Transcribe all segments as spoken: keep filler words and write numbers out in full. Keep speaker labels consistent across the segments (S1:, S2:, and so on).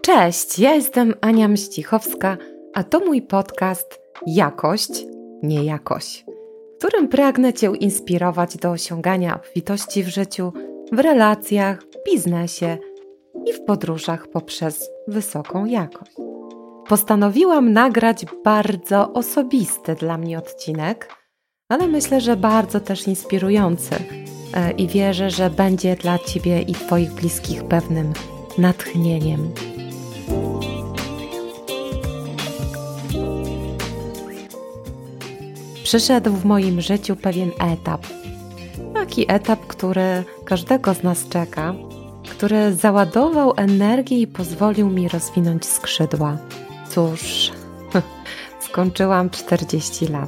S1: Cześć, ja jestem Ania Mścichowska, a to mój podcast Jakość, nie jakość, w którym pragnę Cię inspirować do osiągania obfitości w życiu, w relacjach, w biznesie i w podróżach poprzez wysoką jakość. Postanowiłam nagrać bardzo osobisty dla mnie odcinek, ale myślę, że bardzo też inspirujący i wierzę, że będzie dla Ciebie i Twoich bliskich pewnym natchnieniem. Przyszedł w moim życiu pewien etap. Taki etap, który każdego z nas czeka, który załadował energię i pozwolił mi rozwinąć skrzydła. Cóż, skończyłam czterdzieści lat.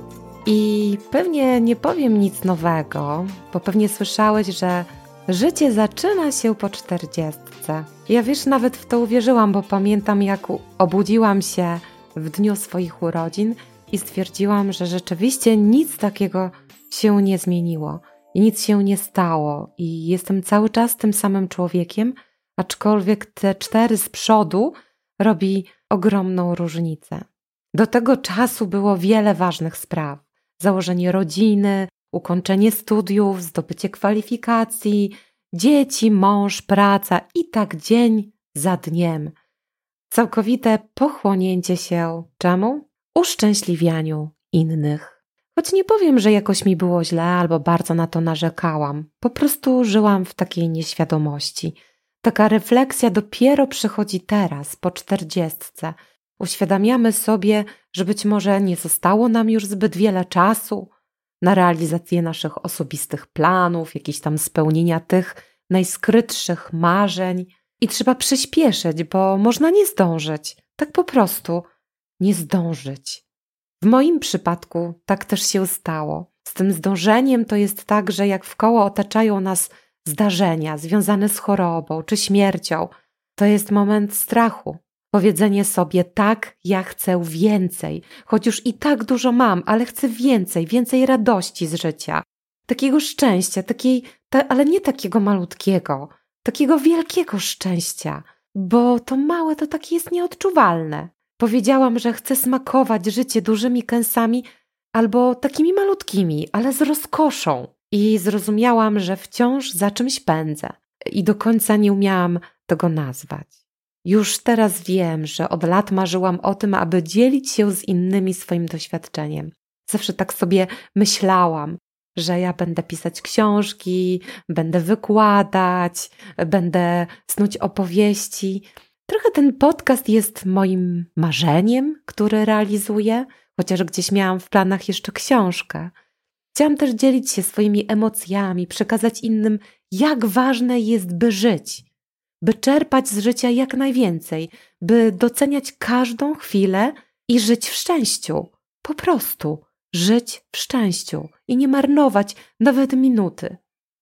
S1: I pewnie nie powiem nic nowego, bo pewnie słyszałeś, że życie zaczyna się po czterdziestce. Ja wiesz, nawet w to uwierzyłam, bo pamiętam, jak obudziłam się w dniu swoich urodzin i stwierdziłam, że rzeczywiście nic takiego się nie zmieniło i nic się nie stało i jestem cały czas tym samym człowiekiem, aczkolwiek te cztery z przodu robi ogromną różnicę. Do tego czasu było wiele ważnych spraw. Założenie rodziny, ukończenie studiów, zdobycie kwalifikacji, dzieci, mąż, praca i tak dzień za dniem. Całkowite pochłonięcie się czemu? Uszczęśliwianiu innych. Choć nie powiem, że jakoś mi było źle albo bardzo na to narzekałam. Po prostu żyłam w takiej nieświadomości. Taka refleksja dopiero przychodzi teraz, po czterdziestce. Uświadamiamy sobie, że być może nie zostało nam już zbyt wiele czasu na realizację naszych osobistych planów, jakieś tam spełnienia tych najskrytszych marzeń i trzeba przyspieszyć, bo można nie zdążyć. Tak po prostu nie zdążyć. W moim przypadku tak też się stało. Z tym zdążeniem to jest tak, że jak w koło otaczają nas zdarzenia związane z chorobą czy śmiercią, to jest moment strachu. Powiedzenie sobie tak, ja chcę więcej, choć już i tak dużo mam, ale chcę więcej, więcej radości z życia, takiego szczęścia, takiej, ta, ale nie takiego malutkiego, takiego wielkiego szczęścia, bo to małe to takie jest nieodczuwalne. Powiedziałam, że chcę smakować życie dużymi kęsami albo takimi malutkimi, ale z rozkoszą i zrozumiałam, że wciąż za czymś pędzę i do końca nie umiałam tego nazwać. Już teraz wiem, że od lat marzyłam o tym, aby dzielić się z innymi swoim doświadczeniem. Zawsze tak sobie myślałam, że ja będę pisać książki, będę wykładać, będę snuć opowieści. Trochę ten podcast jest moim marzeniem, które realizuję, chociaż gdzieś miałam w planach jeszcze książkę. Chciałam też dzielić się swoimi emocjami, przekazać innym, jak ważne jest, by żyć. By czerpać z życia jak najwięcej, by doceniać każdą chwilę i żyć w szczęściu. Po prostu żyć w szczęściu i nie marnować nawet minuty.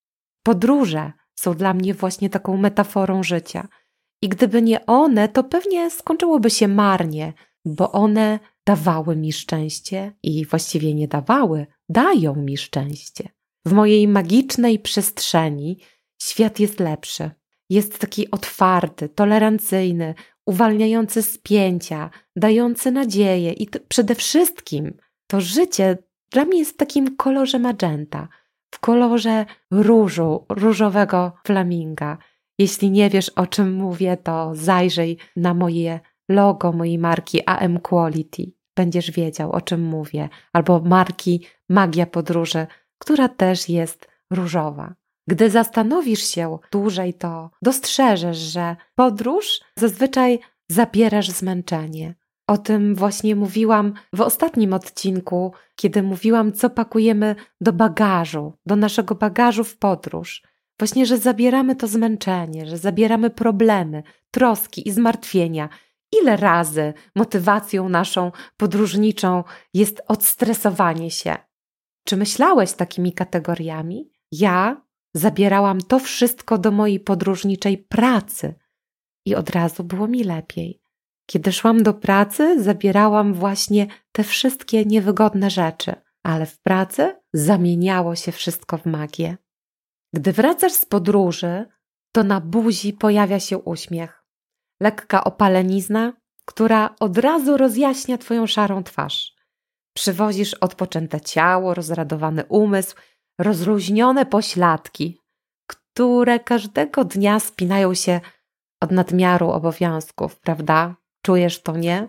S1: Podróże są dla mnie właśnie taką metaforą życia. I gdyby nie one, to pewnie skończyłoby się marnie, bo one dawały mi szczęście i właściwie nie dawały, dają mi szczęście. W mojej magicznej przestrzeni świat jest lepszy. Jest taki otwarty, tolerancyjny, uwalniający z pięcia, dający nadzieję i to przede wszystkim to życie dla mnie jest w takim kolorze magenta, w kolorze różu, różowego flaminga. Jeśli nie wiesz, o czym mówię, to zajrzyj na moje logo mojej marki A M Quality. Będziesz wiedział, o czym mówię. Albo marki Magia Podróży, która też jest różowa. Gdy zastanowisz się dłużej, to dostrzeżesz, że podróż zazwyczaj zabierasz zmęczenie. O tym właśnie mówiłam w ostatnim odcinku, kiedy mówiłam, co pakujemy do bagażu, do naszego bagażu w podróż. Właśnie, że zabieramy to zmęczenie, że zabieramy problemy, troski i zmartwienia. Ile razy motywacją naszą podróżniczą jest odstresowanie się? Czy myślałeś takimi kategoriami? Ja zabierałam to wszystko do mojej podróżniczej pracy i od razu było mi lepiej. Kiedy szłam do pracy, zabierałam właśnie te wszystkie niewygodne rzeczy, ale w pracy zamieniało się wszystko w magię. Gdy wracasz z podróży, to na buzi pojawia się uśmiech. lekka opalenizna, która od razu rozjaśnia twoją szarą twarz. Przywozisz odpoczęte ciało, rozradowany umysł, rozluźnione pośladki, które każdego dnia spinają się od nadmiaru obowiązków, prawda? Czujesz to, nie?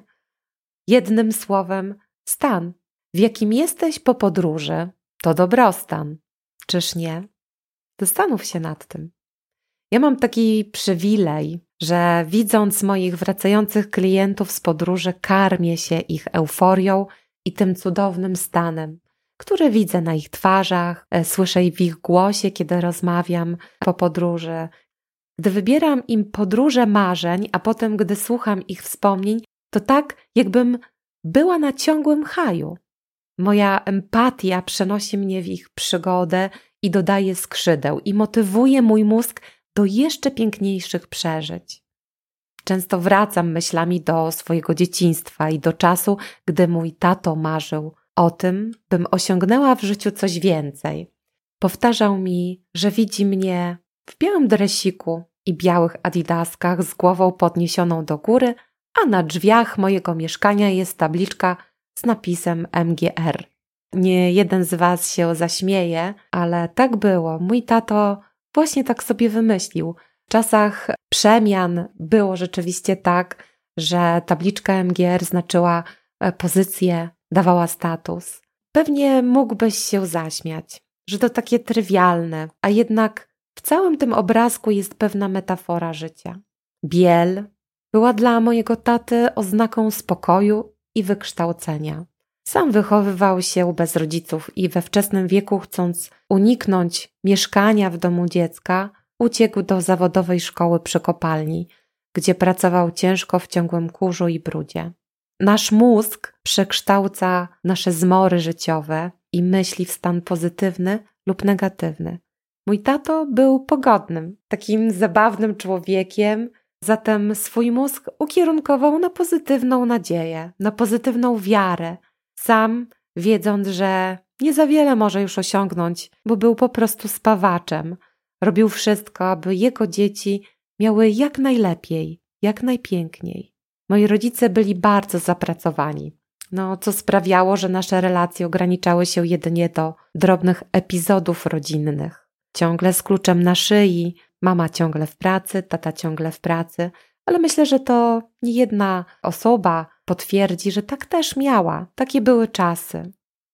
S1: Jednym słowem, stan, w jakim jesteś po podróży, to dobrostan. Czyż nie? Zastanów się nad tym. Ja mam taki przywilej, że widząc moich wracających klientów z podróży, karmię się ich euforią i tym cudownym stanem, który widzę na ich twarzach, słyszę w ich głosie, kiedy rozmawiam po podróży. Gdy wybieram im podróże marzeń, a potem gdy słucham ich wspomnień, to tak jakbym była na ciągłym haju. Moja empatia przenosi mnie w ich przygodę i dodaje skrzydeł i motywuje mój mózg do jeszcze piękniejszych przeżyć. Często wracam myślami do swojego dzieciństwa i do czasu, gdy mój tato marzył o tym, bym osiągnęła w życiu coś więcej. Powtarzał mi, że widzi mnie w białym dresiku i białych adidaskach z głową podniesioną do góry, a na drzwiach mojego mieszkania jest tabliczka z napisem M G R. Nie jeden z was się zaśmieje, ale tak było. Mój tato właśnie tak sobie wymyślił. W czasach przemian było rzeczywiście tak, że tabliczka M G R znaczyła pozycję, dawała status. Pewnie mógłbyś się zaśmiać, że to takie trywialne, a jednak w całym tym obrazku jest pewna metafora życia. Biel była dla mojego taty oznaką spokoju i wykształcenia. Sam wychowywał się bez rodziców i we wczesnym wieku, chcąc uniknąć mieszkania w domu dziecka, uciekł do zawodowej szkoły przy kopalni, gdzie pracował ciężko w ciągłym kurzu i brudzie. Nasz mózg przekształca nasze zmory życiowe i myśli w stan pozytywny lub negatywny. Mój tato był pogodnym, takim zabawnym człowiekiem, zatem swój mózg ukierunkował na pozytywną nadzieję, na pozytywną wiarę, sam wiedząc, że nie za wiele może już osiągnąć, bo był po prostu spawaczem. Robił wszystko, aby jego dzieci miały jak najlepiej, jak najpiękniej. Moi rodzice byli bardzo zapracowani, no, co sprawiało, że nasze relacje ograniczały się jedynie do drobnych epizodów rodzinnych. Ciągle z kluczem na szyi, mama ciągle w pracy, tata ciągle w pracy, ale myślę, że to niejedna osoba potwierdzi, że tak też miała, takie były czasy.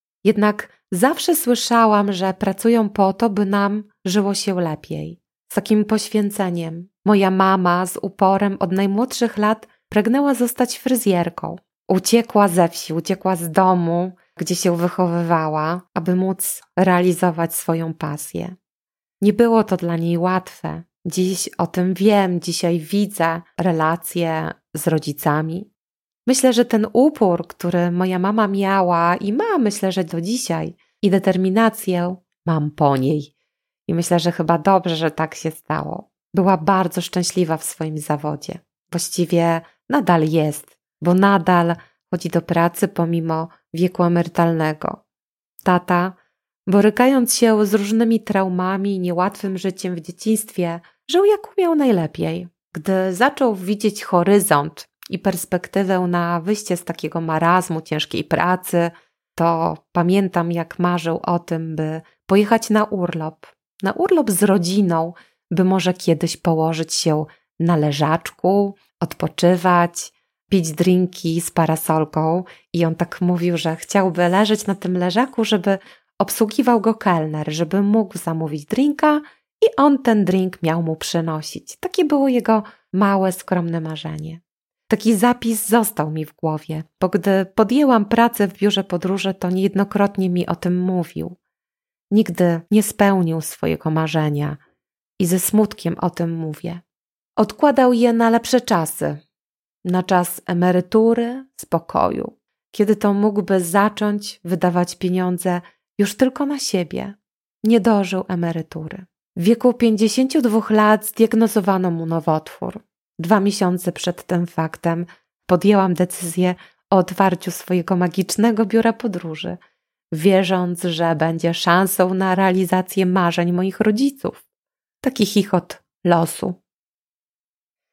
S1: Jednak zawsze słyszałam, że pracują po to, by nam żyło się lepiej. Z takim poświęceniem. Moja mama z uporem od najmłodszych lat pragnęła zostać fryzjerką. Uciekła ze wsi, uciekła z domu, gdzie się wychowywała, aby móc realizować swoją pasję. Nie było to dla niej łatwe. Dziś o tym wiem, dzisiaj widzę relacje z rodzicami. Myślę, że ten upór, który moja mama miała i ma, myślę, że do dzisiaj, i determinację mam po niej. I myślę, że chyba dobrze, że tak się stało. Była bardzo szczęśliwa w swoim zawodzie. Właściwie nadal jest, bo nadal chodzi do pracy pomimo wieku emerytalnego. Tata, borykając się z różnymi traumami i niełatwym życiem w dzieciństwie, żył jak umiał najlepiej. Gdy zaczął widzieć horyzont i perspektywę na wyjście z takiego marazmu ciężkiej pracy, to pamiętam, jak marzył o tym, by pojechać na urlop. Na urlop z rodziną, by może kiedyś położyć się na leżaczku, odpoczywać, pić drinki z parasolką. I on tak mówił, że chciałby leżeć na tym leżaku, żeby obsługiwał go kelner, żeby mógł zamówić drinka i on ten drink miał mu przynosić. Takie było jego małe, skromne marzenie. Taki zapis został mi w głowie, bo gdy podjęłam pracę w biurze podróży, to niejednokrotnie mi o tym mówił. Nigdy nie spełnił swojego marzenia i ze smutkiem o tym mówię. Odkładał je na lepsze czasy, na czas emerytury, spokoju, kiedy to mógłby zacząć wydawać pieniądze już tylko na siebie. Nie dożył emerytury. W wieku pięćdziesięciu dwóch lat zdiagnozowano mu nowotwór. Dwa miesiące przed tym faktem podjęłam decyzję o otwarciu swojego magicznego biura podróży, wierząc, że będzie szansą na realizację marzeń moich rodziców. Taki chichot losu.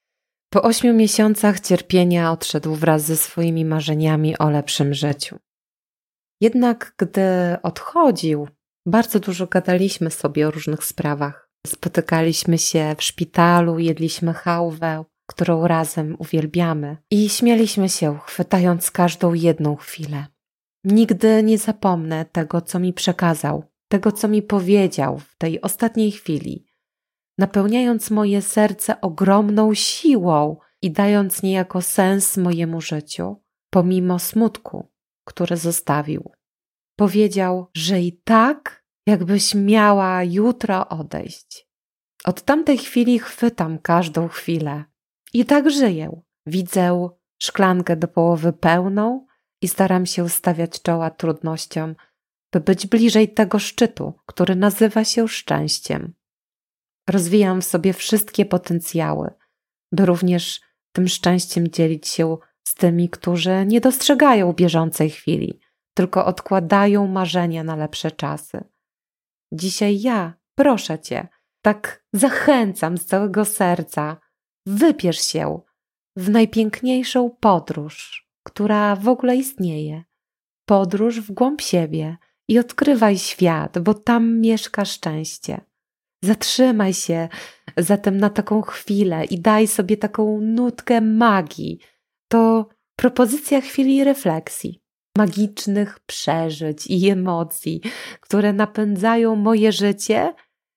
S1: Po ośmiu miesiącach cierpienia odszedł wraz ze swoimi marzeniami o lepszym życiu. Jednak gdy odchodził, bardzo dużo gadaliśmy sobie o różnych sprawach. Spotykaliśmy się w szpitalu, jedliśmy chałwę, którą razem uwielbiamy i śmialiśmy się, chwytając każdą jedną chwilę. Nigdy nie zapomnę tego, co mi przekazał, tego, co mi powiedział w tej ostatniej chwili, napełniając moje serce ogromną siłą i dając niejako sens mojemu życiu, pomimo smutku, który zostawił. Powiedział, że i tak, jakbyś miała jutro odejść. Od tamtej chwili chwytam każdą chwilę i tak żyję. Widzę szklankę do połowy pełną i staram się stawiać czoła trudnościom, by być bliżej tego szczytu, który nazywa się szczęściem. Rozwijam w sobie wszystkie potencjały, by również tym szczęściem dzielić się z tymi, którzy nie dostrzegają bieżącej chwili, tylko odkładają marzenia na lepsze czasy. Dzisiaj ja, proszę Cię, tak zachęcam z całego serca, wybierz się w najpiękniejszą podróż, która w ogóle istnieje. Podróż w głąb siebie i odkrywaj świat, bo tam mieszka szczęście. Zatrzymaj się zatem na taką chwilę i daj sobie taką nutkę magii. To propozycja chwili refleksji, magicznych przeżyć i emocji, które napędzają moje życie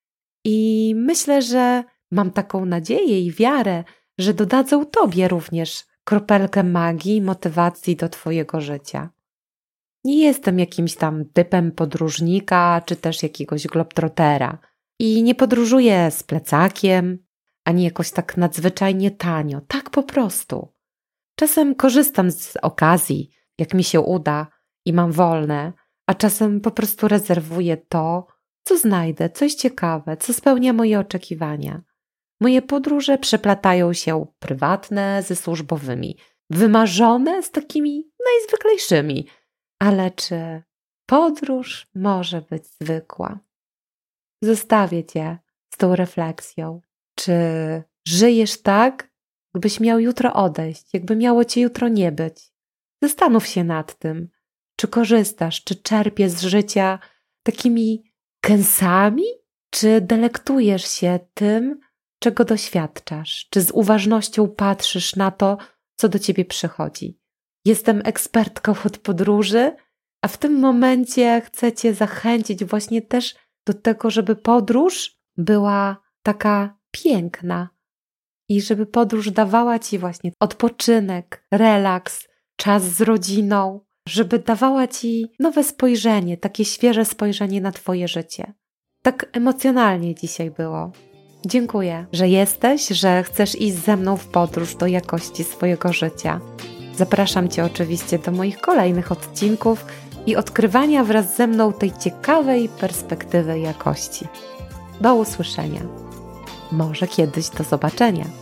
S1: i myślę, że mam taką nadzieję i wiarę, że dodadzą Tobie również kropelkę magii i motywacji do Twojego życia. Nie jestem jakimś tam typem podróżnika czy też jakiegoś globtrotera i nie podróżuję z plecakiem, ani jakoś tak nadzwyczajnie tanio, tak po prostu. Czasem korzystam z okazji, jak mi się uda i mam wolne, a czasem po prostu rezerwuję to, co znajdę, coś ciekawe, co spełnia moje oczekiwania. Moje podróże przeplatają się prywatne ze służbowymi, wymarzone z takimi najzwyklejszymi. Ale czy podróż może być zwykła? Zostawię Cię z tą refleksją. Czy żyjesz tak, jakbyś miał jutro odejść, jakby miało Cię jutro nie być? Zastanów się nad tym, czy korzystasz, czy czerpiesz z życia takimi kęsami, czy delektujesz się tym, czego doświadczasz, czy z uważnością patrzysz na to, co do Ciebie przychodzi. Jestem ekspertką od podróży, a w tym momencie chcę Cię zachęcić właśnie też do tego, żeby podróż była taka piękna i żeby podróż dawała Ci właśnie odpoczynek, relaks, czas z rodziną, żeby dawała Ci nowe spojrzenie, takie świeże spojrzenie na Twoje życie. Tak emocjonalnie dzisiaj było. Dziękuję, że jesteś, że chcesz iść ze mną w podróż do jakości swojego życia. Zapraszam Cię oczywiście do moich kolejnych odcinków i odkrywania wraz ze mną tej ciekawej perspektywy jakości. Do usłyszenia. Może kiedyś do zobaczenia.